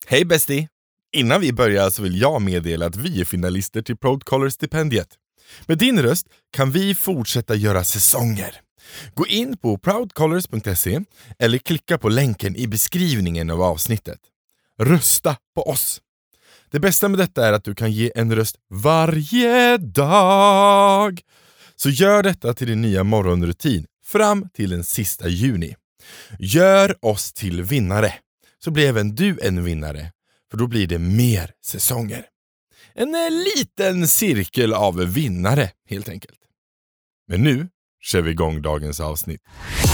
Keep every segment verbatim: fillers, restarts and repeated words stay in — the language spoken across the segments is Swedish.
Hej bestie! Innan vi börjar så vill jag meddela att vi är finalister till Proudcaller-stipendiet. Med din röst kan vi fortsätta göra säsonger. Gå in på proudcallers punkt se eller klicka på länken i beskrivningen av avsnittet. Rösta på oss! Det bästa med detta är att du kan ge en röst varje dag. Så gör detta till din nya morgonrutin fram till den sista juni. Gör oss till vinnare, så blir även du en vinnare. För då blir det mer säsonger. En liten cirkel av vinnare helt enkelt. Men nu kör vi igång dagens avsnitt.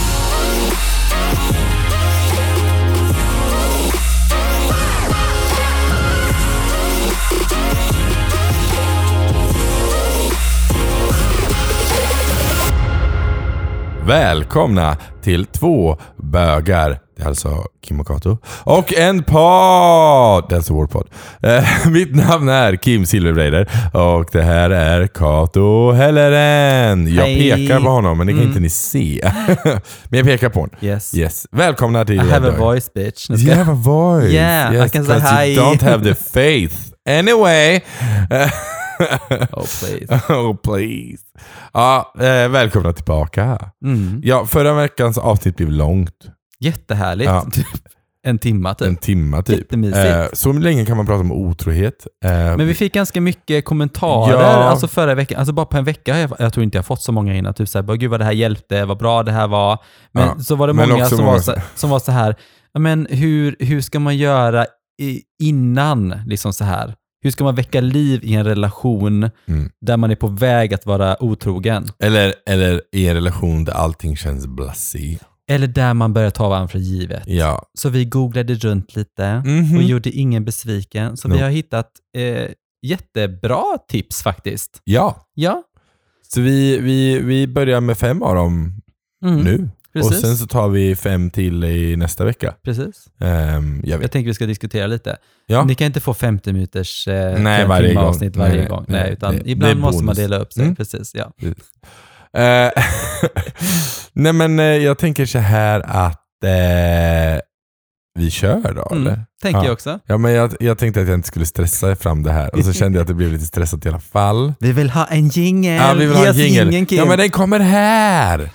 Välkomna till två bögar. Det är alltså Kim och Kato. Och en podd. Det är alltså vår podd. Eh, mitt namn är Kim Silverbreider. Och det här är Kato Helleren. Jag Hej. pekar på honom, men det kan Mm. inte ni se. Men jag pekar på honom. Yes. Yes. Välkomna till... I have a voice, bitch. Nu ska- You have a voice. Yeah, I yes, can say 'cause hi. you don't have the faith. Anyway. Oh, please. Oh, please. Ja, eh, välkomna tillbaka. Mm. Ja, förra veckans avsnitt blev långt. Jättehärligt. Ja. Typ en timma typ. En timma typ. Jättemysigt. Eh, så länge kan man prata om otrohet. Eh, Men vi fick ganska mycket kommentarer Ja. alltså förra veckan. Alltså bara på en vecka har jag, jag tror inte jag har fått så många innan. Typ såhär, bara, gud vad det här hjälpte, vad bra det här var. Men Ja. så var det Men många också som, många var så, som var så här, ja, men hur, hur ska man göra i, innan liksom så här? Hur ska man väcka liv i en relation Mm. där man är på väg att vara otrogen? Eller, eller i en relation där allting känns blassig. Eller där man börjar ta varandra för givet. Ja. Så vi googlade runt lite Mhm. och gjorde ingen besviken. Så No. vi har hittat eh, jättebra tips faktiskt. Ja. Ja, Så vi, vi, vi börjar med fem av dem mm. nu. Precis. Och sen så tar vi fem till i nästa vecka. Precis. Um, jag Jag vet. tänker vi ska diskutera lite. Ja. Ni kan inte få femtio minuters eh, Nej, fem varje timmar gång. avsnitt varje Nej, gång. nej, Nej, utan det- det är ibland måste man bonus. dela upp sig. Mm. Precis, ja. Eh, Nej men eh, jag tänker så här att eh, vi kör då, Mm. eller? Tänker Ja. jag också. Ja, men jag, jag tänkte att jag inte skulle stressa fram det här. Och så kände jag att det blev lite stressat i alla fall. Vi vill ha en jingle. Ja, vi vill ha Ge en oss jingle. jingeln, Kim. Ja, men den kommer här!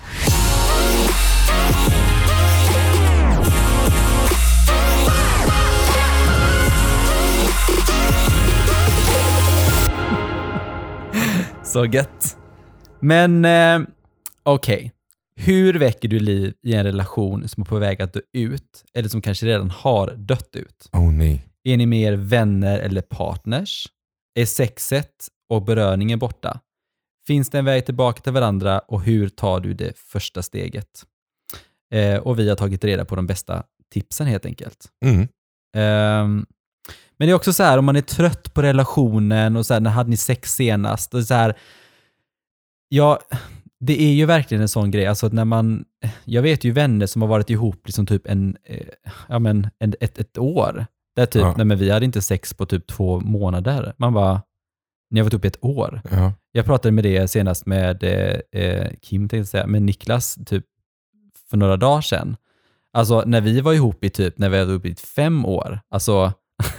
Så gött. Men eh, okej. Hur väcker du liv i en relation som är på väg att dö ut? Eller som kanske redan har dött ut? Åh oh, nej. Är ni mer vänner eller partners? Är sexet och beröringen borta? Finns det en väg tillbaka till varandra och hur tar du det första steget? Eh, och vi har tagit reda på de bästa tipsen helt enkelt. Mm. Ehm, men det är också så här, om man är trött på relationen och så här, när hade ni sex senast? Och så här, ja, det är ju verkligen en sån grej. Alltså att när man, jag vet ju vänner som har varit ihop liksom typ en, eh, ja men en, ett, ett år. Där typ, Ja. nej men vi hade inte sex på typ två månader. Man bara, ni har varit ihop i ett år. Ja. Jag pratade med det senast med eh, eh, Kim, tänkte jag säga, med Niklas typ för några dagar sedan. Alltså när vi var ihop i typ, när vi hade ihop i fem år, alltså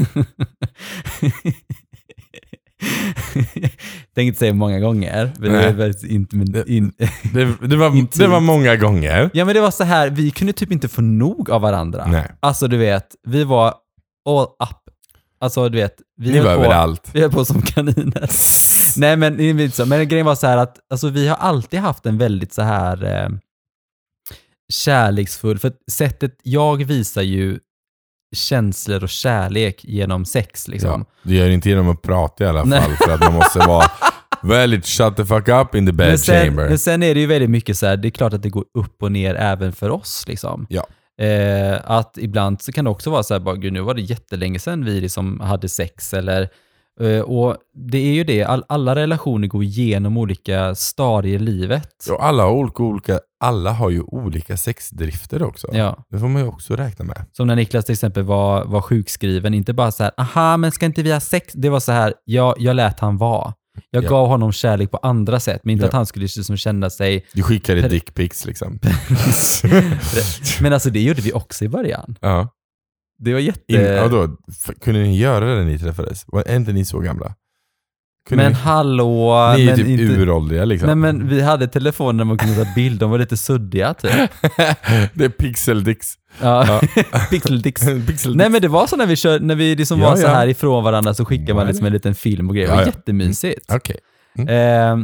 tänkte inte säga många gånger, men det, Nej. var väldigt inte, men in, Det, det, var, Intimt. det var många gånger. ja men det var så här, vi kunde typ inte få nog av varandra. Nej. Alltså du vet, vi var all up. Alltså du vet, vi Ni höll var på, överallt. vi höll på som kaniner. Nej men, det är inte så. Men grejen var så här att alltså, vi har alltid haft en väldigt så här eh, kärleksfull, för att sättet jag visar ju känslor och kärlek genom sex liksom. Ja. Du gör inte genom att prata i alla Nej. fall. För att man måste vara väldigt shut the fuck up in the bed Men sen, chamber. men sen är det ju väldigt mycket så här, det är klart att det går upp och ner även för oss liksom. Ja. Eh, att ibland så kan det också vara så här, bara, gud nu var det jättelänge sedan vi liksom hade sex eller eh, och det är ju det, all, alla relationer går igenom olika stadier i livet. Och alla har olika, olika, alla har ju olika sexdrifter också. Ja. Det får man ju också räkna med. Som när Niklas till exempel var, var sjukskriven, inte bara så här, aha men ska inte vi ha sex? Det var så här, jag, jag lät han vara. Jag Ja. gav honom kärlek på andra sätt, men inte Ja. att han skulle liksom känna sig... Du skickade dickpics liksom. Men alltså det gjorde vi också i början. Ja. Det var jätte... In, ja, då, f- kunde ni göra det när ni träffades? Var är inte ni så gamla? Kunde Men ni, hallå... ni är men typ inte... uråldriga liksom. Nej, men vi hade telefoner där man kunde ta bild. De var lite suddiga typ. Det är pixeldicks. Ja, pixeldicks. Pixeldicks. Nej, men det var så när vi kör, när vi liksom Ja, var så ja. här ifrån varandra så skickade Ja, man liksom en liten film och grejer. Det Ja, var ja. jättemysigt. Okej. Eh,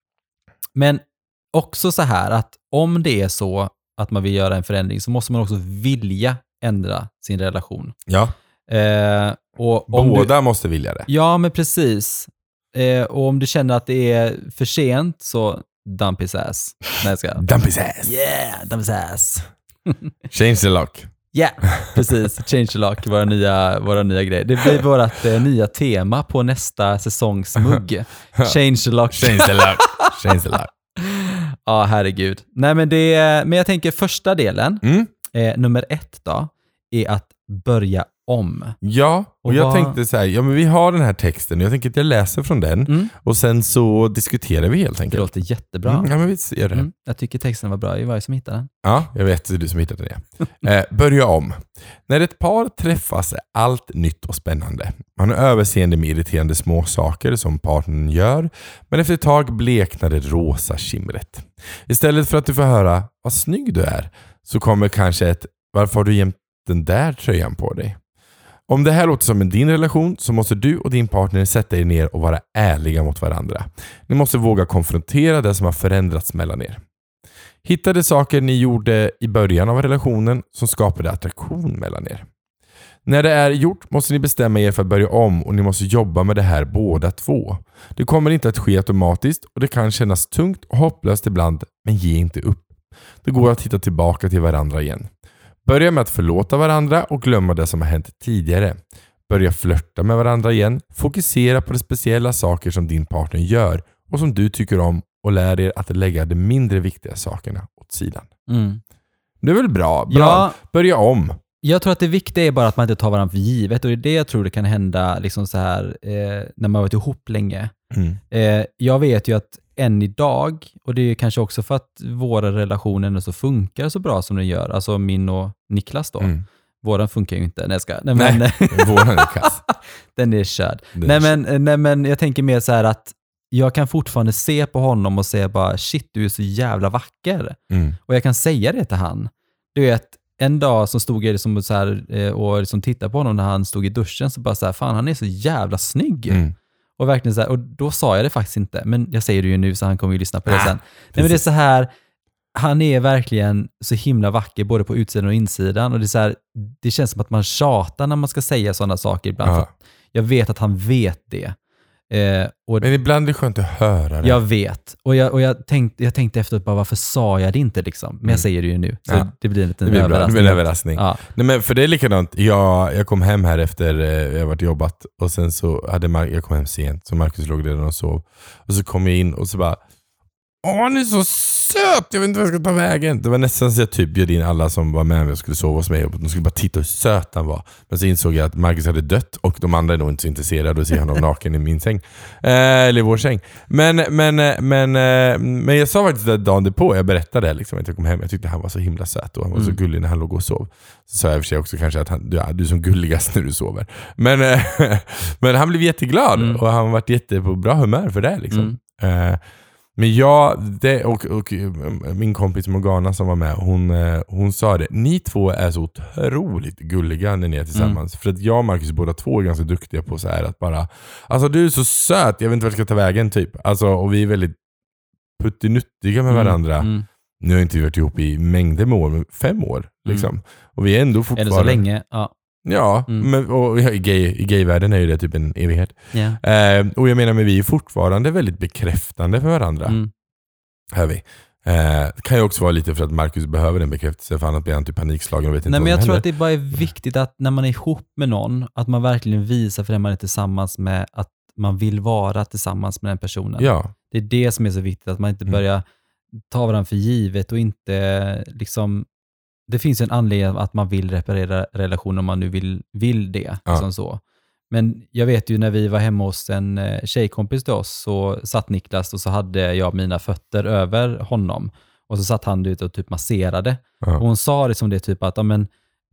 men också så här att om det är så att man vill göra en förändring så måste man också vilja ändra sin relation. Ja. Eh, och om Båda du, måste vilja det. ja, men precis. Eh, och om du känner att det är för sent så dump his ass. Nej, jag ska. Dump his ass. Yeah, dump his ass. Change the lock. Ja, yeah, precis. Change the lock, våra nya, våra nya grejer. Det blir vårt eh, nya tema på nästa säsongsmugg. Change the lock. Change the lock. Change the lock. Ja, herregud. Nej, men, det, men jag tänker första delen, Mm. eh, nummer ett då, är att börja om. Ja, och, Och jag vad- tänkte så här, ja men vi har den här texten och jag tänker att jag läser från den Mm. och sen så diskuterar vi helt Det enkelt. låter jättebra. Mm, ja men vi ser det. Mm. Jag tycker texten var bra. Det var jag som hittade den. Ja, jag vet, det är du som hittade det. Eh, börja om. När ett par träffas är allt nytt och spännande. Man har överseende med irriterande små saker som partnern gör, men efter ett tag bleknar det rosa skimret. Istället för att du får höra vad snygg du är, så kommer kanske ett varför har du jämt den där tröjan på dig? Om det här låter som en din relation så måste du och din partner sätta er ner och vara ärliga mot varandra. Ni måste våga konfrontera det som har förändrats mellan er. Hittade saker ni gjorde i början av relationen som skapade attraktion mellan er. När det är gjort måste ni bestämma er för att börja om och ni måste jobba med det här båda två. Det kommer inte att ske automatiskt och det kan kännas tungt och hopplöst ibland, men ge inte upp. Det går att hitta tillbaka till varandra igen. Börja med att förlåta varandra och glömma det som har hänt tidigare. Börja flirta med varandra igen. Fokusera på de speciella saker som din partner gör och som du tycker om och lär er att lägga de mindre viktiga sakerna åt sidan. Mm. Det är väl bra? Bra. Ja. Börja om. Jag tror att det viktiga är bara att man inte tar varandra för givet och det är det jag tror det kan hända liksom så här, eh, när man har varit ihop länge. Mm. Eh, jag vet ju att än idag, och det är kanske också för att våra relationer så funkar så bra som den gör, alltså min och Niklas då. Mm. Våran funkar ju inte. Nej, jag ska. Nej, Nej, men, våran är kass. den är körd. Den Nej är men, nej men jag tänker mer så här att jag kan fortfarande se på honom och säga bara shit, du är så jävla vacker. Mm. Och jag kan säga det till han. Du vet, en dag som stod jag liksom så här, eh, och liksom tittade på honom när han stod i duschen så bara så här, fan han är så jävla snygg. Mm. Och verkligen så här, och då sa jag det faktiskt inte, men jag säger det ju nu så han kommer ju lyssna på det Ah, sen. Nej, men det är så här, han är verkligen så himla vacker både på utsidan och insidan och det är så här, det känns som att man tjatar när man ska säga sådana saker ibland. Ja. För att jag vet att han vet det. Eh, och Men ibland är det skönt att höra det. jag vet. Och jag, och jag, tänkte, jag tänkte efteråt bara, varför sa jag det inte liksom? Men Mm. jag säger det ju nu. Så Ja. det blir en liten Det blir bra. Det överraskning. blir en överraskning. Ja. Nej, men för det är likadant. Jag, jag kom hem här efter eh, jag varit jobbat och sen så hade Mar- jag kom hem sent så Marcus låg redan och sov. Och så kom jag in och så bara åh, han är så söt! Jag vet inte vad jag ska ta vägen. Det var nästan så jag typ bjöd in alla som var med mig och skulle sova hos mig. Och de skulle bara titta hur söt han var. Men så insåg jag att Marcus hade dött och de andra är nog inte så intresserade och ser honom naken i min säng. Eh, eller i vår säng. Men, men, men, men jag sa faktiskt det dagen på. Jag berättade liksom, att jag kom hem. Jag tyckte han var så himla söt och han var så Mm. gullig när han låg och sov. Så sa jag i och för sig också kanske att han, du, du är som gulligast när du sover. Men, men han blev jätteglad Mm. och han har varit jätte på bra humör för det liksom. Mm. Eh, Men jag, det, och, och min kompis Morgana som var med, hon, hon sa det. Ni två är så otroligt gulliga när ni är tillsammans. Mm. För att jag och Marcus båda två är ganska duktiga på så här att bara, alltså du är så söt, jag vet inte vart jag ska ta vägen typ. Alltså, och vi är väldigt puttinuttiga med varandra. Mm. Mm. Nu har inte vi varit ihop i mängder med år, men fem år liksom. Mm. Och vi är ändå fortfarande... Eller så länge, ja. Ja, Mm. men, och i, gay, i gayvärlden är ju det typ en evighet. Yeah. Eh, och jag menar, men vi är fortfarande väldigt bekräftande för varandra. Mm. Hör vi. Eh, det kan ju också vara lite för att Marcus behöver en bekräftelse, för annat blir han typ panikslagen och vet inte Nej, vad men jag som tror händer. att det bara är viktigt att när man är ihop med någon, att man verkligen visar för den man är tillsammans med att man vill vara tillsammans med den personen. Ja. Det är det som är så viktigt, att man inte Mm. börjar ta varandra för givet och inte liksom, det finns en anledning att man vill reparera relationer om man nu vill, vill det. Ja. Liksom så. Men jag vet ju när vi var hemma hos en eh, tjejkompis till oss så satt Niklas och så hade jag mina fötter över honom och så satt han ut och typ masserade. Ja. Och hon sa det som det typ att ja, men,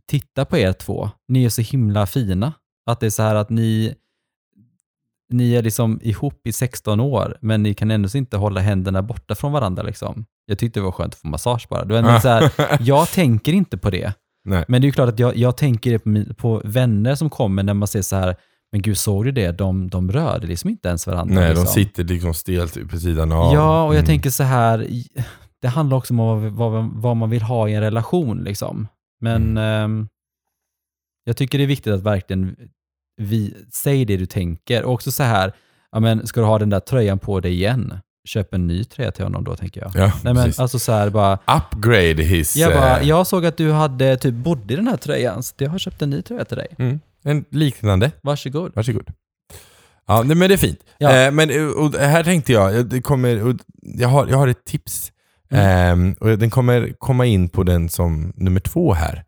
titta på er två. Ni är så himla fina. Att det är så här att ni ni är liksom ihop i sexton år, men ni kan ändå inte hålla händerna borta från varandra liksom. Jag tyckte det var skönt att få massage bara. Det var så här, jag tänker inte på det. Nej. Men det är ju klart att jag, jag tänker på, min, på vänner som kommer när man ser så här, men gud, såg du det? De, de rör det liksom inte ens varandra. Nej, liksom. de sitter liksom stelt på sidan av. Ja, och jag mm. tänker så här, det handlar också om vad, vad, vad man vill ha i en relation liksom. Men mm. eh, jag tycker det är viktigt att verkligen vi, säg det du tänker. Och också så här, ja, men ska du ha den där tröjan på dig igen? Köp en ny tröja till honom då, tänker jag. Ja, Nej, men alltså så här bara... Upgrade his... Jag, bara, uh... jag såg att du hade typ bodde i den här tröjan, så jag har köpt en ny tröja till dig. Mm. En liknande. Varsågod. Varsågod. Ja, men det är fint. Ja. Eh, men och här tänkte jag, det kommer, och jag, har, jag har ett tips. Mm. Eh, och den kommer komma in på den som nummer två här.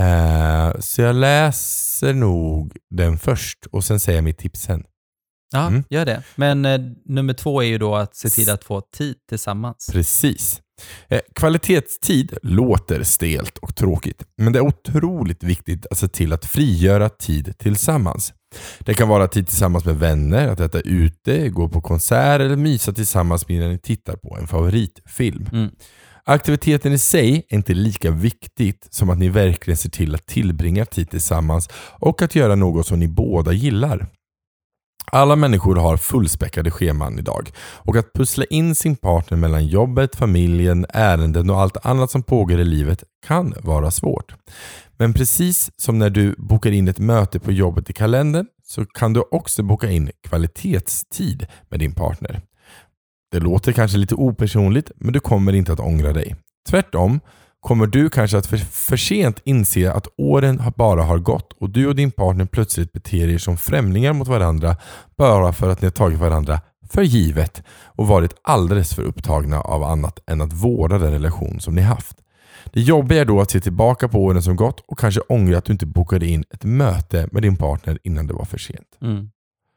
Eh, så jag läser nog den först och sen säger jag mitt tips sen. Ja, mm. gör det. Men eh, nummer två är ju då att se till att få tid tillsammans. Precis. Eh, kvalitetstid låter stelt och tråkigt, men det är otroligt viktigt att se till att frigöra tid tillsammans. Det kan vara tid tillsammans med vänner, att äta ute, gå på konsert eller mysa tillsammans med när ni tittar på en favoritfilm. Mm. Aktiviteten i sig är inte lika viktigt som att ni verkligen ser till att tillbringa tid tillsammans och att göra något som ni båda gillar. Alla människor har fullspäckade scheman idag och att pussla in sin partner mellan jobbet, familjen, ärenden och allt annat som pågår i livet kan vara svårt. Men precis som när du bokar in ett möte på jobbet i kalendern så kan du också boka in kvalitetstid med din partner. Det låter kanske lite opersonligt, men du kommer inte att ångra dig. Tvärtom kommer du kanske att för, för sent inse att åren bara har gått och du och din partner plötsligt beter er som främlingar mot varandra bara för att ni har tagit varandra för givet och varit alldeles för upptagna av annat än att vårda den relation som ni haft. Det jobbiga är då att se tillbaka på åren som gått och kanske ångra att du inte bokade in ett möte med din partner innan det var för sent. Mm.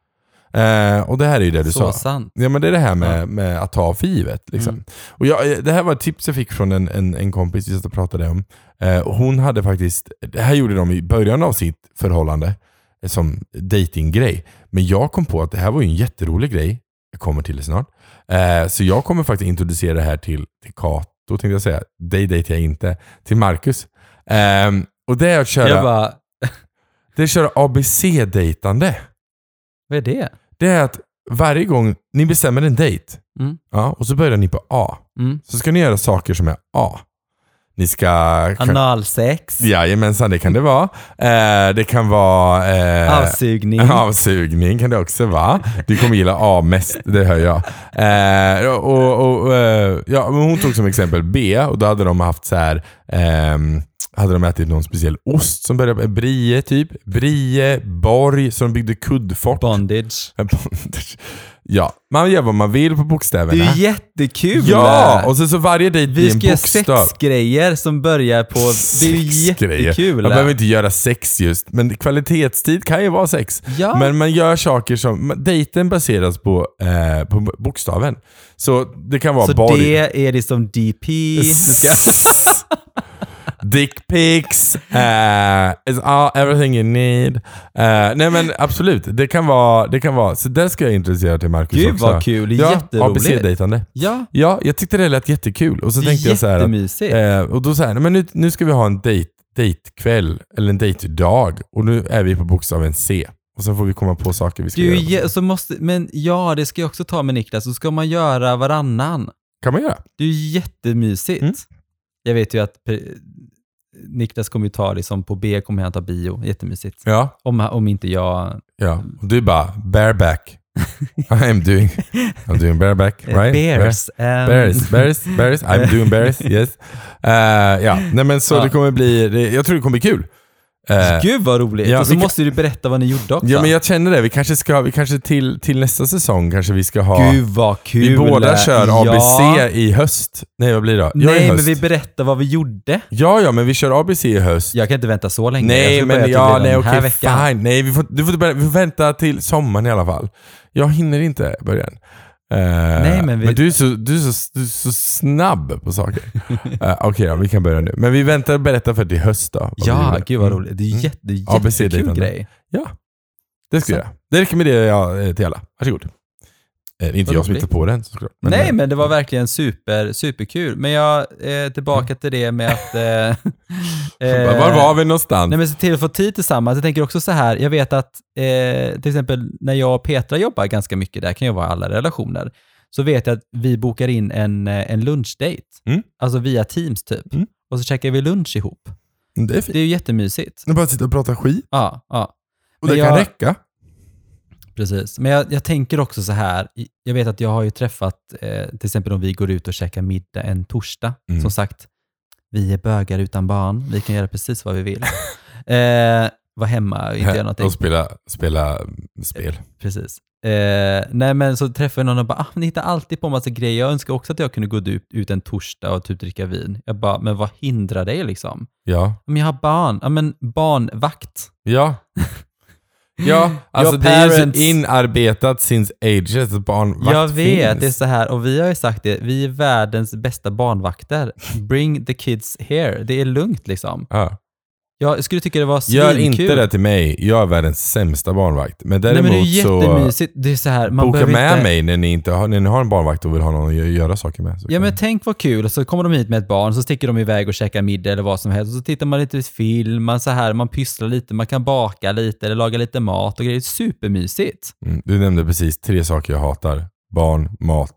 Eh, och det här är ju det du Så sa. Sant. Ja, men det är det här med, ja. med att ta för givet. Liksom. Mm. Och jag, det här var ett tips jag fick från en, en, en kompis vi satt och pratade om. Eh, och hon hade faktiskt, det här gjorde de i början av sitt förhållande eh, som datinggrej. Men jag kom på att det här var ju en jätterolig grej. Jag kommer till det snart. Eh, så jag kommer faktiskt introducera det här till, till Kato, tänkte jag säga. Det dejtar jag inte. Till Marcus. Eh, och det är att köra, Jag bara... det är att köra A B C-dejtande. Vad är det? Det är att varje gång ni bestämmer en dejt Mm. ja, och så börjar ni på A. Mm. Så ska ni göra saker som är A. Ni ska... Analsex. Jajamensan, det kan det vara. Eh, det kan vara... Eh, Avsugning. Avsugning kan det också vara. Du kommer gilla A mest, det hör jag. Eh, och, och, eh, ja, men hon tog som exempel B och då hade de haft så här... Eh, hade de ätit någon speciell ost som började med Brie typ. Brie, Borg, så de byggde kuddfort. Bondage. Bondage. Ja, man gör vad man vill på bokstäverna. Det är ju jättekul. Ja, och så, så varje dejt blir Vi en ska göra bokstav. sexgrejer som börjar på... Det är ju jättekul. Man behöver inte göra sex just, men kvalitetstid kan ju vara sex. Ja. Men man gör saker som... Dejten baseras på, eh, på bokstaven. Så det kan vara så body. det är liksom D P. Dick pics, uh, is all, everything you need. Uh, nej men absolut, det kan vara, det kan vara. Så det ska jag introducera till Marcus Gud också. vad kul, ja, jätteroligt. A B C-dejtande. Ja. Ja, jag tyckte det lät jättekul. Och så Det är tänkte jag så här att, jättemysigt. uh, och då så här, men nu, nu ska vi ha en dejt, dejtkväll eller en dejtdag. Och nu är vi på bokstaven C. Och sen får vi komma på saker vi ska Du, göra. så måste, men ja, det ska jag också ta med Niklas. Så ska man göra varannan. Kan man göra? Det är ju jättemysigt. Mm. Jag vet ju att Niklas kommer ju ta liksom på B kommer han ta bio. Jättemysigt. Ja. Om, om inte jag... Ja. Och du bara, bareback. I'm doing, I'm doing bareback, right? Bears. Um... Bears, bears, bears. I'm doing bears, yes. Uh, ja, nej men så ja. det kommer bli, det, jag tror det kommer bli kul. Uh, Gud vad roligt. ja, och så kan, måste du berätta vad ni gjorde också. Ja, men jag känner det. Vi kanske ska, vi kanske till, till nästa säsong kanske vi ska ha... Gud vad kul. Vi båda kör A B C ja. i höst. Nej, vad blir det då? Nej, men vi berättar vad vi gjorde. Ja, ja, men vi kör A B C i höst. Jag kan inte vänta så länge. Nej, men typ ja, nej, okej, okay, fine. Nej, vi får, du får, vi får vänta till sommaren i alla fall. Jag hinner inte början. Nej, men, vi... men du, är så, du, är så, du är så snabb på saker. uh, Okej okay, då, vi kan börja nu. Men vi väntar och berättar för till höst då. Ja, gud vad roligt. Det är jätte, det är jättekul grej. Ja, det ska jag göra. Det rekommenderar jag till alla. Varsågod. Eh, inte jag som hittat på den. Såklart. Men Nej, men det var verkligen super, superkul. Men jag är eh, tillbaka till det med att... Eh, eh, Var var vi någonstans? Nej, men se till att få tid tillsammans. Jag tänker också så här, jag vet att eh, till exempel när jag och Petra jobbar ganska mycket, där kan jag vara alla relationer, så vet jag att vi bokar in en, en lunchdate. Mm. Alltså via Teams typ. Mm. Och så käkar vi lunch ihop. Det är fint. Det är ju jättemysigt. Nu bara sitta och prata skit. Ja, ja. Och det men kan jag, räcka. Precis. Men jag, jag tänker också så här, jag vet att jag har ju träffat, eh, till exempel om vi går ut och käkar middag en torsdag. Mm. Som sagt, vi är bögar utan barn. Vi kan göra precis vad vi vill. eh, vara hemma och inte göra någonting. Och spela, spela spel. Precis. Eh, nej men så träffar jag någon och bara, ah, ni hittar alltid på en massa grejer. Jag önskar också att jag kunde gå ut, ut en torsdag och typ dricka vin. Jag bara, men vad hindrar dig liksom? Ja. Men jag har barn. Ja men barnvakt. Ja. Ja, alltså det är ju så inarbetat since ages, barnvakt. Jag vet, finns. Det är så här, och vi har ju sagt det, vi är världens bästa barnvakter. Bring the kids here. Det är lugnt liksom. Ja. Jag skulle tycka det var svinkul. Gör inte det till mig. Jag är världens sämsta barnvakt. Men däremot Nej, men det är så jättemysigt. Det är så här, man boka med inte... mig när ni, inte har, när ni har en barnvakt och vill ha någon att göra saker med. Ja, men tänk vad kul. Så kommer de hit med ett barn, så sticker de iväg och käkar middag eller vad som helst. Och så tittar man lite film, man, så här, man pysslar lite, man kan baka lite eller laga lite mat och grejer. Supermysigt. Mm, du nämnde precis tre saker jag hatar. Barn, mat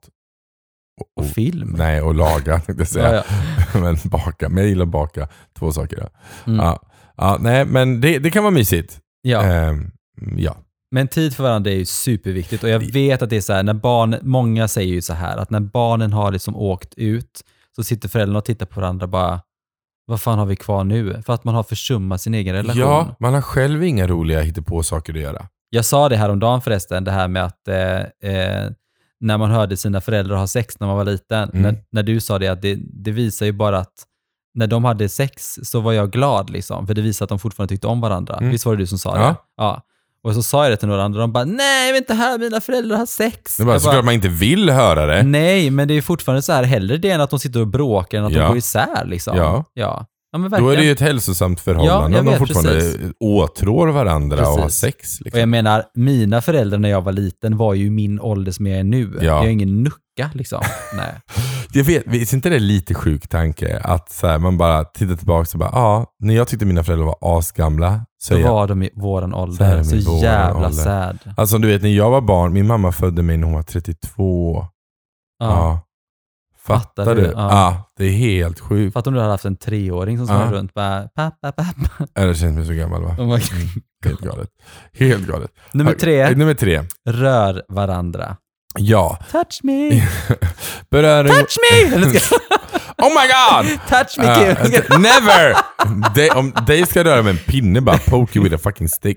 och, och film. Nej, och laga. Jag säga. Ja, ja. Men baka. Men jag gillar baka. Två saker då. Mm. Ja. Ja, nej, men det, det kan vara mysigt. Ja. Ehm, ja. Men tid för varandra är ju superviktigt. Och jag vet att det är så här, när barn, många säger ju så här, att när barnen har liksom åkt ut, så sitter föräldrarna och tittar på varandra bara, vad fan har vi kvar nu? För att man har försummat sin egen relation. Ja, man har själv inga roliga hittepå saker att göra. Jag sa det här om dagen förresten, det här med att eh, eh, när man hörde sina föräldrar ha sex när man var liten. Mm. När, när du sa det, att det, det visar ju bara att när de hade sex så var jag glad liksom, för det visar att de fortfarande tyckte om varandra. Mm. Visst var det du som sa ja. det? Ja. Och så sa jag det till några andra, de bara, nej, men inte här, mina föräldrar har sex. Det är bara såklart att man inte vill höra det. Nej, men det är fortfarande så här, hellre det än att de sitter och bråkar än att ja. de går isär liksom. Ja. Ja. Ja, men då är det ju ett hälsosamt förhållande. Ja, de fortfarande precis. åtrår varandra precis. och har sex. Liksom. Och jag menar, mina föräldrar när jag var liten var ju min ålder som jag är nu. Ja. Jag är ingen nucka liksom. Nej. Jag vet, är inte det lite sjuk tanke att så här, man bara tittar tillbaka och bara, ja, ah, när jag tyckte mina föräldrar var asgamla så då jag, var de i våran ålder. Så, så jävla sad. Alltså du vet, när jag var barn, min mamma födde mig när hon var trettiotvå. Ja. ja. Fattar, Fattar du? Ja. ja, det är helt sjukt. Fattar om du hade haft en treåring som sprang ja. runt bara, pappa, pappa. Eller känns mig så gammal va? Oh my God. Mm, helt galet. Helt galet. Nummer tre. Nummer tre. Rör varandra. Ja. Touch me. Beröring. Touch me! Oh my God! Touch me, Kim. Uh, never! De, om dig ska röra med en pinne, bara poke you with a fucking stick.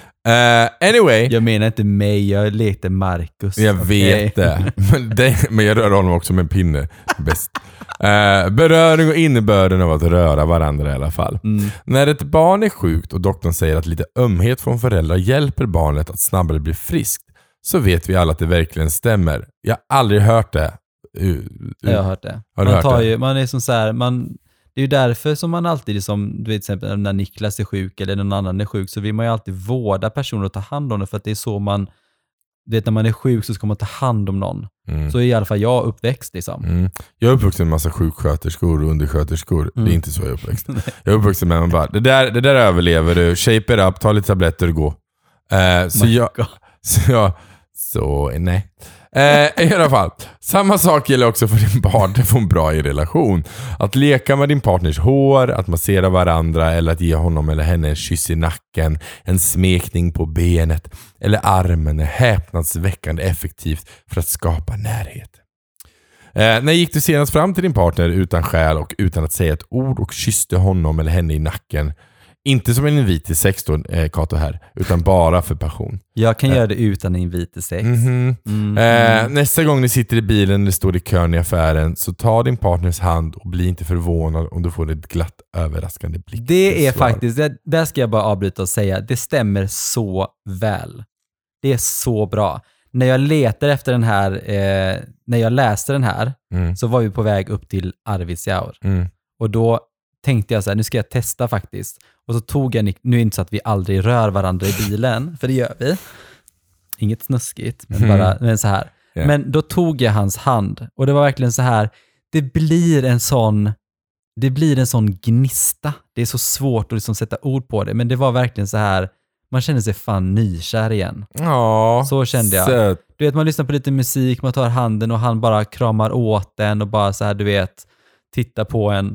Uh, anyway. Jag menar inte mig, jag lekte Marcus. Jag okay. vet det. Men, det. men jag rör honom också med en pinne. Bäst. Uh, beröring och innebörden av att röra varandra i alla fall. Mm. När ett barn är sjukt och doktorn säger att lite ömhet från föräldrar hjälper barnet att snabbare bli friskt, så vet vi alla att det verkligen stämmer. Jag har aldrig hört det. Uh, uh. Jag har hört det. Har man, hört tar det? Ju, man är som så här, man, det är ju därför som man alltid, som du vet, till exempel när Niklas är sjuk eller någon annan är sjuk, så vill man ju alltid vårda personer och ta hand om det, för att det är så man, du vet, när man är sjuk så ska man ta hand om någon. Mm. Så är i alla fall jag uppväxt liksom. Mm. Jag är uppvuxen med en massa sjuksköterskor och undersköterskor. Mm. Det är inte så jag är uppväxt. Jag är uppvuxen med man bara, det där, det där överlever du, shape it up, ta lite tabletter och gå. Uh, så, jag, så jag, så nej. Eh, I alla fall, samma sak gäller också för din partner för en bra i relation. Att leka med din partners hår, att massera varandra eller att ge honom eller henne en kyss i nacken, en smekning på benet eller armen är häpnadsväckande effektivt för att skapa närhet. Eh, när gick du senast fram till din partner utan skäl och utan att säga ett ord och kysste honom eller henne i nacken? Inte som en invit till sex då, eh, Kato här, utan bara för passion. Jag kan eh. göra det utan en invit till sex. Mm-hmm. Mm. Eh, nästa gång ni sitter i bilen eller står i kön i affären, så ta din partners hand och bli inte förvånad om du får ett glatt överraskande blick. Det är faktiskt, det, där ska jag bara avbryta och säga, det stämmer så väl. Det är så bra. när jag letade efter den här, eh, när jag läste den här, Mm. så var vi på väg upp till Arvidsjaur. Mm. Och då tänkte jag så här, nu ska jag testa faktiskt. Och så tog jag, nu är det inte så att vi aldrig rör varandra i bilen, för det gör vi. Inget snuskigt, men Mm. bara men så här. Yeah. Men då tog jag hans hand och det var verkligen så här, det blir en sån, det blir en sån gnista. Det är så svårt att liksom sätta ord på det, men det var verkligen så här, man känner sig fan nykär igen. Ja, Så kände jag. söt. Du vet, man lyssnar på lite musik, man tar handen och han bara kramar åt den och bara så här, du vet, tittar på en.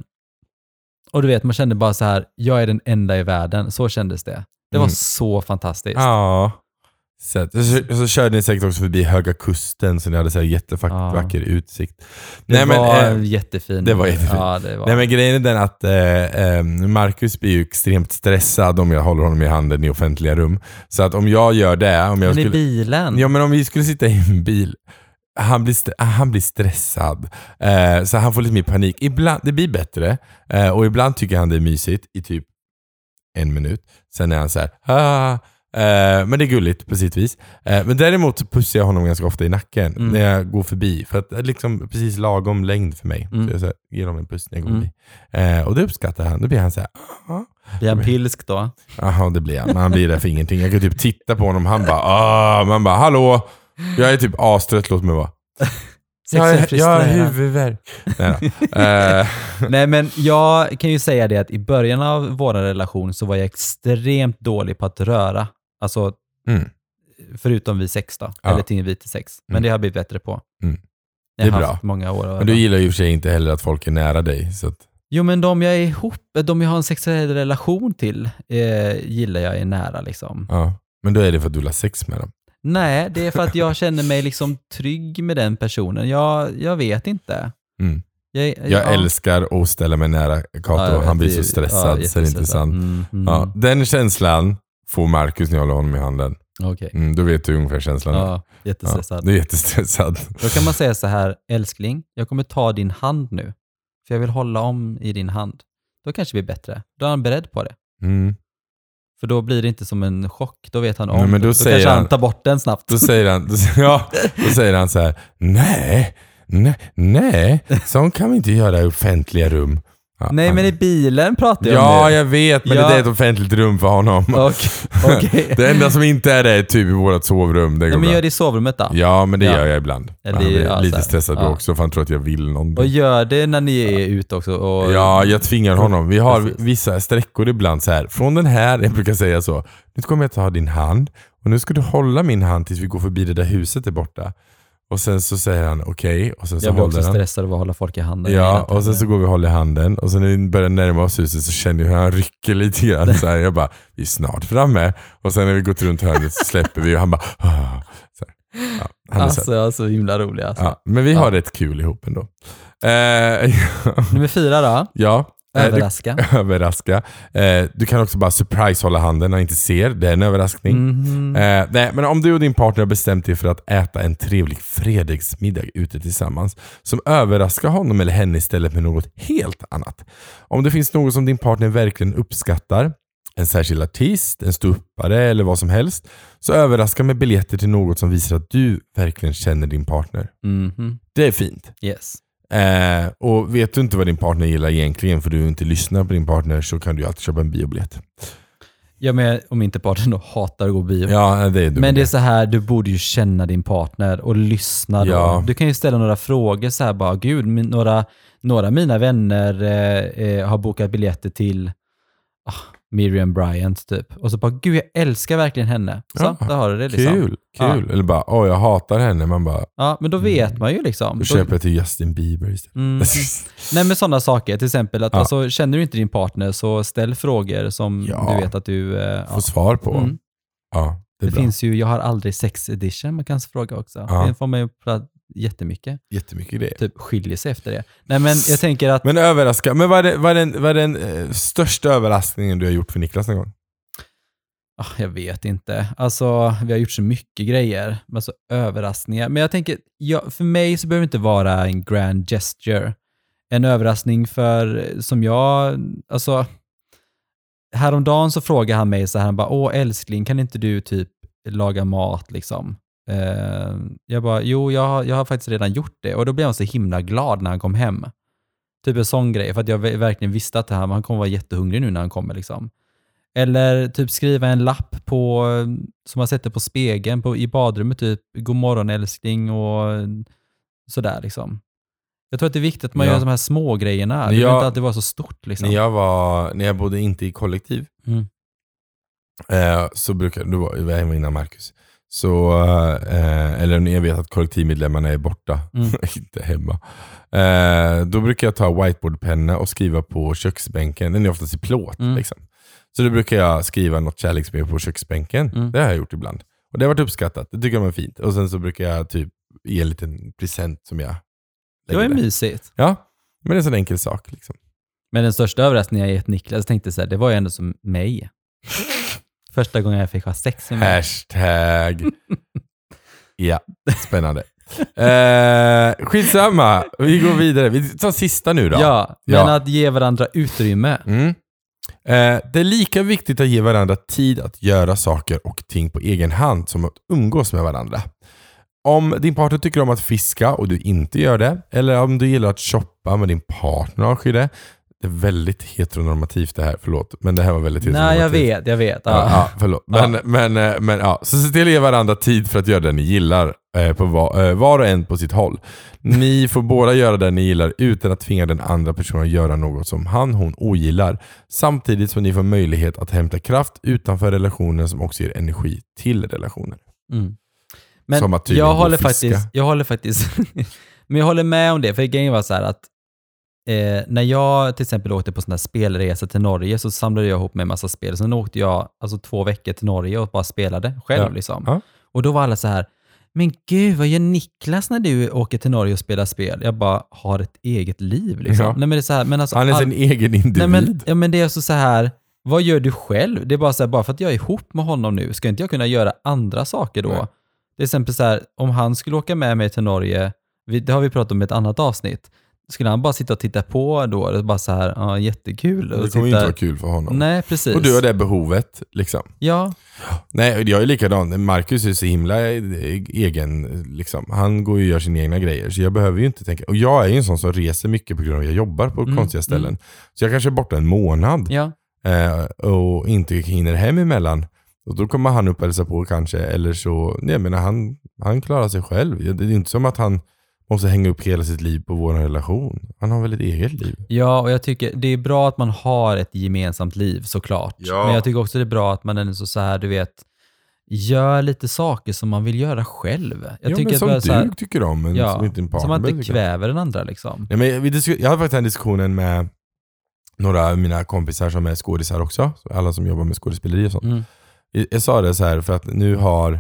Och du vet, man kände bara så här, jag är den enda i världen. Så kändes det. Det var Mm. så fantastiskt. Ja. Så, så, så körde ni säkert också förbi Höga Kusten, så ni hade så här jättevacker Ja. utsikt. Det Nej, men, var eh, jättefint. det var jättefint. Ja, det var. Nej, men grejen är den att eh, eh, Marcus blir ju extremt stressad om jag håller honom i handen i offentliga rum. Så att om jag gör det... Om jag men i skulle, bilen? ja, men om vi skulle sitta i en bil... Han blir, st- han blir stressad. Eh, så han får lite mer panik. Ibland, det blir bättre. Eh, och ibland tycker han det är mysigt i typ en minut. Sen är han så här... Ah, eh, men det är gulligt på sitt vis. Eh, men däremot så pussar jag honom ganska ofta i nacken Mm. när jag går förbi. För att det är liksom precis lagom längd för mig. Mm. Så jag så här, ger honom en puss när jag går Mm. förbi. Eh, och det uppskattar han. Då blir han så här... Ah. Blir han pilsk då? Jaha, det blir han. Men han blir där för ingenting. Jag kan typ titta på honom. Han bara... Ah. Man bara... Hallå! Jag är typ astrött, låt mig vara. Jag är, jag har huvudvärk. Nej, då. Eh, Nej, men jag kan ju säga det att i början av vår relation så var jag extremt dålig på att röra. Alltså, mm, förutom vid sex då. Ja. Eller till vid till sex. Men Mm. det har blivit bättre på. Mm. Jag Det är har bra. haft många år. att men du öva. gillar ju i och för sig inte heller att folk är nära dig. Så att, Jo, men de jag är ihop, de jag har en sexuell relation till, eh, gillar jag är nära liksom. ja. Men då är det för att du vill ha sex med dem. Nej, det är för att jag känner mig liksom trygg med den personen. Jag, jag vet inte. Mm. Jag, Jag ja. älskar att ställa mig nära Kato. Ja, jag vet, han blir det- så stressad ja, så det är inte jättestressad. sant. Mm, mm. Ja, den känslan får Marcus när jag håller honom i handen. Okej. Mm, då vet du ungefär känslan. Ja, Ja, jättestressad. du är jättestressad. Då kan man säga så här, älskling, jag kommer ta din hand nu. För jag vill hålla om i din hand. Då kanske vi är bättre. Då är han beredd på det. Mm. För då blir det inte som en chock. Då vet han om. Nej, men då då säger kanske han, han- tar bort den snabbt. Då säger han, då, säger- ja, då säger han så här: nej, nej, nej, sånt kan vi inte göra i offentliga rum. Ja, Nej, han, men i bilen pratar jag Ja, om nu. jag vet, men Ja. det är ett offentligt rum för honom. Okej. okej. Det enda som inte är det är typ i vårt sovrum. Det går Ja, men bra. gör det i sovrummet då. Ja, men det Ja. gör jag ibland. Eller Han det- blir ja, lite så här. stressad då Ja. också för han tror att jag vill någonting. Och gör det när ni är ute också. Och, Ja, jag tvingar honom. Vi har Precis. vissa sträckor ibland så här. Från den här, jag brukar säga så. Nu kommer jag ta din hand och nu ska du hålla min hand tills vi går förbi det där huset där borta. Och sen så säger han okej. Och sen så jag blir håller också han. stressad av att hålla folk i handen. Ja, och sen så går vi och håller i handen. Och sen när vi börjar närma oss huset så känner jag hur han rycker lite grann. Så här, jag bara, vi är snart framme. Och sen när vi gått runt hörnet så släpper vi och han bara, ah. Så här. Ja, han är så här. Alltså, så himla rolig alltså. Ja, men vi Ja. har rätt kul ihop ändå. Eh, Nummer fyra då. ja. Eh, du- Överraska. överraska. Eh, du kan också bara surprise hålla handen när han inte ser. Det är en överraskning. Mhm. Eh, nej, men om du och din partner har bestämt er för att äta en trevlig fredagsmiddag ute tillsammans som överraskar honom eller henne istället med något helt annat. Om det finns något som din partner verkligen uppskattar, en särskild artist, en ståuppare eller vad som helst, så överraska med biljetter till något som visar att du verkligen känner din partner. Mhm. Det är fint. Yes. Eh, och vet du inte vad din partner gillar egentligen för du inte lyssnar på din partner så kan du alltid köpa en biobiljett. Ja, men om inte partnern då hatar att gå bio. Ja, det är du. Men det är så här, du borde ju känna din partner och lyssna då. Ja. Du kan ju ställa några frågor så här bara, gud, min, några, några av mina vänner eh, eh, har bokat biljetter till ah, Miriam Bryant typ. Och så bara, gud, jag älskar verkligen henne. Så, Ja, där har du det liksom. Kul, kul. Eller bara, åh jag hatar henne. Man bara, Ja, men då vet man ju liksom. då Då- köper jag till Justin Bieber istället. Mm. Nej, men sådana saker. Till exempel, att Ja. alltså, känner du inte din partner så ställ frågor som Ja. du vet att du... Eh, Få ja. svar på. Mm. Ja, det är Det bra. finns ju, jag har aldrig sex edition man kan fråga också. Ja. Det får man ju prata jättemycket. Jättemycket grejer. Typ skiljer sig efter det. Nej, men jag tänker att... Men överraska. Men vad är, det, vad är den, vad är den eh, största överraskningen du har gjort för Niklas någon gång? Ah, jag vet inte. Alltså, vi har gjort så mycket grejer. Alltså överraskningar. Men jag tänker, ja, för mig så behöver det inte vara en grand gesture. En överraskning för, som jag, alltså, häromdagen så frågade han mig så här, han bara, åh älskling, kan inte du typ laga mat liksom? Eh, jag bara, jo, jag, har- jag har faktiskt redan gjort det. Och då blev han så himla glad när han kom hem. Typ en sån grej, för att jag ve- verkligen visste att det här, han kommer vara jättehungrig nu när han kommer. Liksom. Eller typ skriva en lapp på, som man sätter på spegeln på, i badrummet, typ god morgon älskling och sådär liksom. Jag tror att det är viktigt att man Ja. gör de här små grejerna. Det När behöver jag- inte alltid vara så stort liksom. När jag var, när jag bodde inte i kollektiv, Mm. eh, så brukar, då var jag var innan Marcus. Så, eh, eller när jag vet att kollektivmedlemmarna är borta, Mm. inte hemma. Eh, då brukar jag ta whiteboardpenna och skriva på köksbänken. Den är oftast i plåt. Mm. Liksom. Så då brukar jag skriva något kärleksbrev på köksbänken. Mm. Det har jag gjort ibland. Och det har varit uppskattat. Det tycker jag var fint. Och sen så brukar jag typ ge en liten present som jag Det var ju lägger där. mysigt. Ja, men det är en sån enkel sak. Liksom. Men den största överraskningen jag gett Niklas tänkte så här, det var ju ändå som mig. Första gången jag fick ha sex med mig. Hashtag. Ja, spännande. Eh, skitsamma, vi går vidare. Vi tar sista nu då. Ja, men Ja. att ge varandra utrymme. Mm. Eh, det är lika viktigt att ge varandra tid att göra saker och ting på egen hand som att umgås med varandra. Om din partner tycker om att fiska och du inte gör det, eller om du gillar att shoppa med din partner och det. Det är väldigt heteronormativt det här, förlåt. Men det här var väldigt heteronormativt. Nej, jag vet, jag vet. Ja. Ja, ja, förlåt. Men, Ja. men, eh, men ja. Så se till att ge varandra tid för att göra det ni gillar eh, på var, eh, var och en på sitt håll. Ni får båda göra det ni gillar utan att tvinga den andra personen att göra något som han, hon ogillar. Samtidigt som ni får möjlighet att hämta kraft utanför relationen som också ger energi till relationen. Mm. Men Som att tydligen jag gå håller, och fiska. faktiskt, jag håller faktiskt... men jag håller med om det, för grejen var så här att eh, när jag till exempel åkte på sån här spelresa till Norge så samlade jag ihop med en massa spel. Sen åkte jag alltså två veckor till Norge och bara spelade själv. Ja. Liksom. Ja. Och då var alla så här, men gud, vad gör Niklas när du åker till Norge och spelar spel? Jag bara har ett eget liv. Liksom. Ja. Nej, men det är så här, men alltså, Han är all- sin egen individ. Nej, men, ja, men det är alltså så här, vad gör du själv? Det är bara så här, bara för att jag är ihop med honom nu, ska inte jag kunna göra andra saker då? Nej. Det är till exempel så här, om han skulle åka med mig till Norge, vi, det har vi pratat om i ett annat avsnitt, skulle han bara sitta och titta på då? Det är bara så här, ja, jättekul. det Och kommer sitta- ju inte vara kul för honom. Nej, precis. Och du har det behovet, liksom. Ja, Nej, jag är likadan. Marcus är så himla egen, liksom. Han går ju och gör sina egna grejer. Så jag behöver ju inte tänka. Och jag är ju en sån som reser mycket på grund av att jag jobbar på Mm, konstiga ställen. mm. Så jag kanske är borta en månad ja. eh, och inte hinner hem emellan. Och då kommer han upp och hälsa på kanske. Eller så, nej men han, han klarar sig själv. Det är inte som att han måste hänga upp hela sitt liv på vår relation. Han har väl ett eget liv. Ja, och jag tycker det är bra att man har ett gemensamt liv såklart. Ja. Men jag tycker också det är bra att man är så, så här, du vet, gör lite saker som man vill göra själv. Jag ja, tycker men att som det är du så här, tycker om, men ja, som inte din partner som man inte tycker om. kväver den andra liksom. Ja, men vi disk- jag hade faktiskt den diskussionen med några av mina kompisar som är skådisar också. Alla som jobbar med skådespeleri och sånt. Mm. Jag, jag sa det så här för att nu har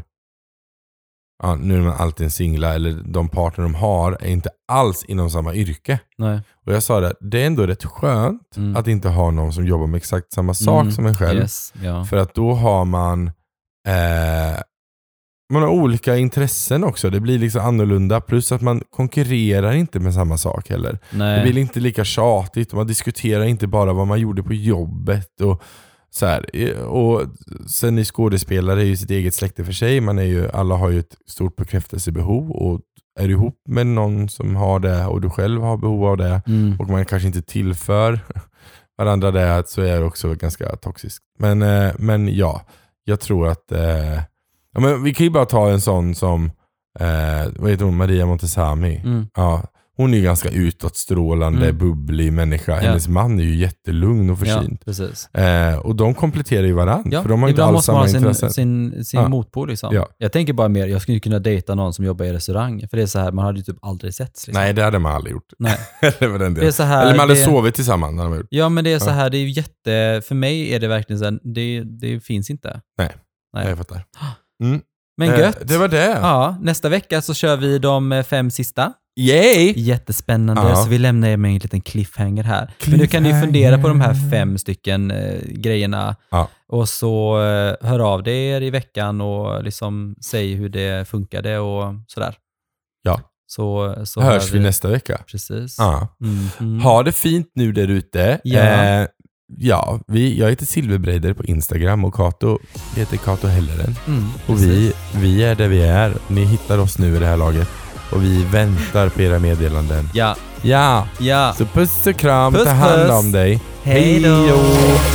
ja, nu är man alltid en singla, eller de partner de har är inte alls inom samma yrke. Nej. Och jag sa det, det är ändå rätt skönt Mm. att inte ha någon som jobbar med exakt samma sak Mm. som en själv. Yes. Ja. För att då har man eh, man har olika intressen också. Det blir liksom annorlunda. Plus att man konkurrerar inte med samma sak heller. Nej. Det blir inte lika tjatigt. Man diskuterar inte bara vad man gjorde på jobbet. Och så här. Och sen är skådespelare är ju sitt eget släkte för sig. Man är ju, alla har ju ett stort bekräftelsebehov. Och är du ihop med någon som har det och du själv har behov av det Mm. och man kanske inte tillför varandra det, så är det också ganska toxiskt. Men, eh, men ja, jag tror att eh, ja, men vi kan ju bara ta en sån som eh, vad heter hon? Maria Montesami. Mm. Ja, hon är ju ganska utåtstrålande, Mm. bubblig människa. Ja. Hennes man är ju jättelugn och Ja, försynt. precis. Eh, och de kompletterar ju varandra. Ja, för de har inte ibland alls måste man samma ha intressen. sin, sin, sin Ja. motpol. Liksom. Ja. Jag tänker bara mer, jag skulle kunna dejta någon som jobbar i restaurang. För det är så här, man hade ju typ aldrig setts. Liksom. Nej, det hade man aldrig gjort. Nej. Eller med den Det är delen. så här, Eller man hade det, sovit tillsammans. Hade man gjort. Ja, men det är så Ja. här, det är ju jätte... För mig är det verkligen så här, det, det finns inte. Nej. Jag fattar. Mm. Men Eh, gött. det var det. Ja, nästa vecka så kör vi de fem sista. Yay! Jättespännande, Ja. så vi lämnar er med en liten cliffhanger här. Men nu kan ni fundera på de här fem stycken eh, grejerna. Ja. Och så eh, hör av dig er i veckan och liksom säg hur det funkade och sådär. Ja. Så, så Hörs hör vi nästa vecka. Precis. Ja. Mm, mm. Ha det fint nu där ute. Ja. Eh, ja, vi, jag heter Silverbreider på Instagram och Kato heter Kato Helleren. Mm, och vi, vi är där vi är. Ni hittar oss nu i det här laget. Och vi väntar på era meddelanden. Ja. Ja. Ja. Så puss och kram. Puss, Ta hand puss. om dig. Hej då. Hej då.